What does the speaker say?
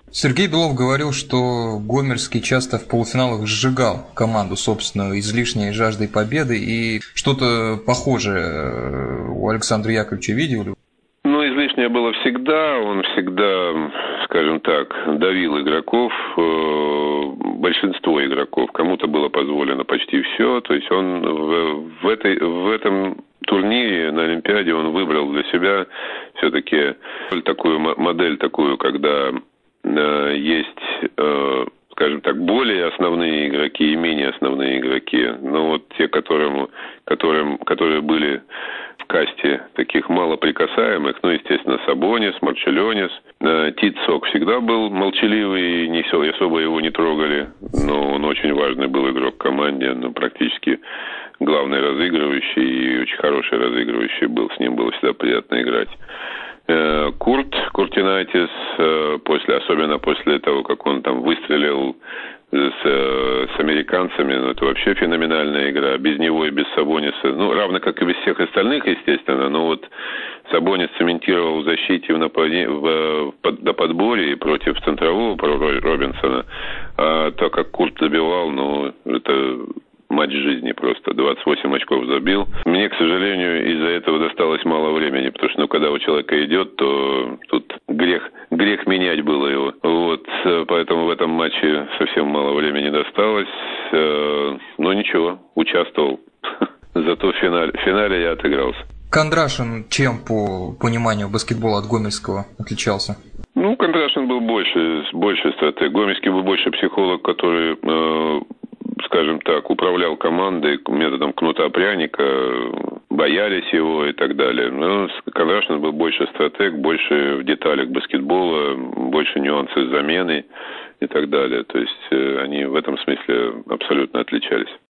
Сергей Белов говорил, что Гомельский часто в полуфиналах сжигал команду собственную излишней жаждой победы, и что-то похожее у Александра Яковлевича видели? Ну, излишнее было всегда. Он всегда, скажем так, давил игроков, большинство игроков. Кому-то было позволено почти все. То есть он в этом турнире на Олимпиаде он выбрал для себя все-таки такую модель, когда есть, скажем так, более основные игроки и менее основные игроки. Но вот те, которые были в касте таких малоприкасаемых, ну, естественно, Сабонис, Марчелионис. Тит Цок всегда был молчаливый, не особо его не трогали, но он очень важный был игрок в команде, ну, практически главный разыгрывающий и очень хороший разыгрывающий был. С ним было всегда приятно играть. Куртинайтис, особенно после того, как он там выстрелил с американцами, ну, это вообще феноменальная игра. Без него и без Сабониса, ну, равно как и без всех остальных, естественно, но вот Сабонис цементировал в защите до подборе и против центрового Робинсона, а так как Курт забивал, ну, это матч жизни просто. 28 очков забил. Мне, к сожалению, из-за этого досталось мало времени, потому что, ну, когда у человека идет, то тут грех менять было его. Вот, поэтому в этом матче совсем мало времени досталось. Но ничего, участвовал. Зато в финале я отыгрался. Кондрашин чем по пониманию баскетбола от Гомельского отличался? Ну, Кондрашин был больше стратег. Гомельский был больше психолог, который, скажем так, управлял командой методом кнута-пряника, боялись его и так далее. Но Кондрашин был больше стратег, больше в деталях баскетбола, больше нюансов замены и так далее. То есть они в этом смысле абсолютно отличались.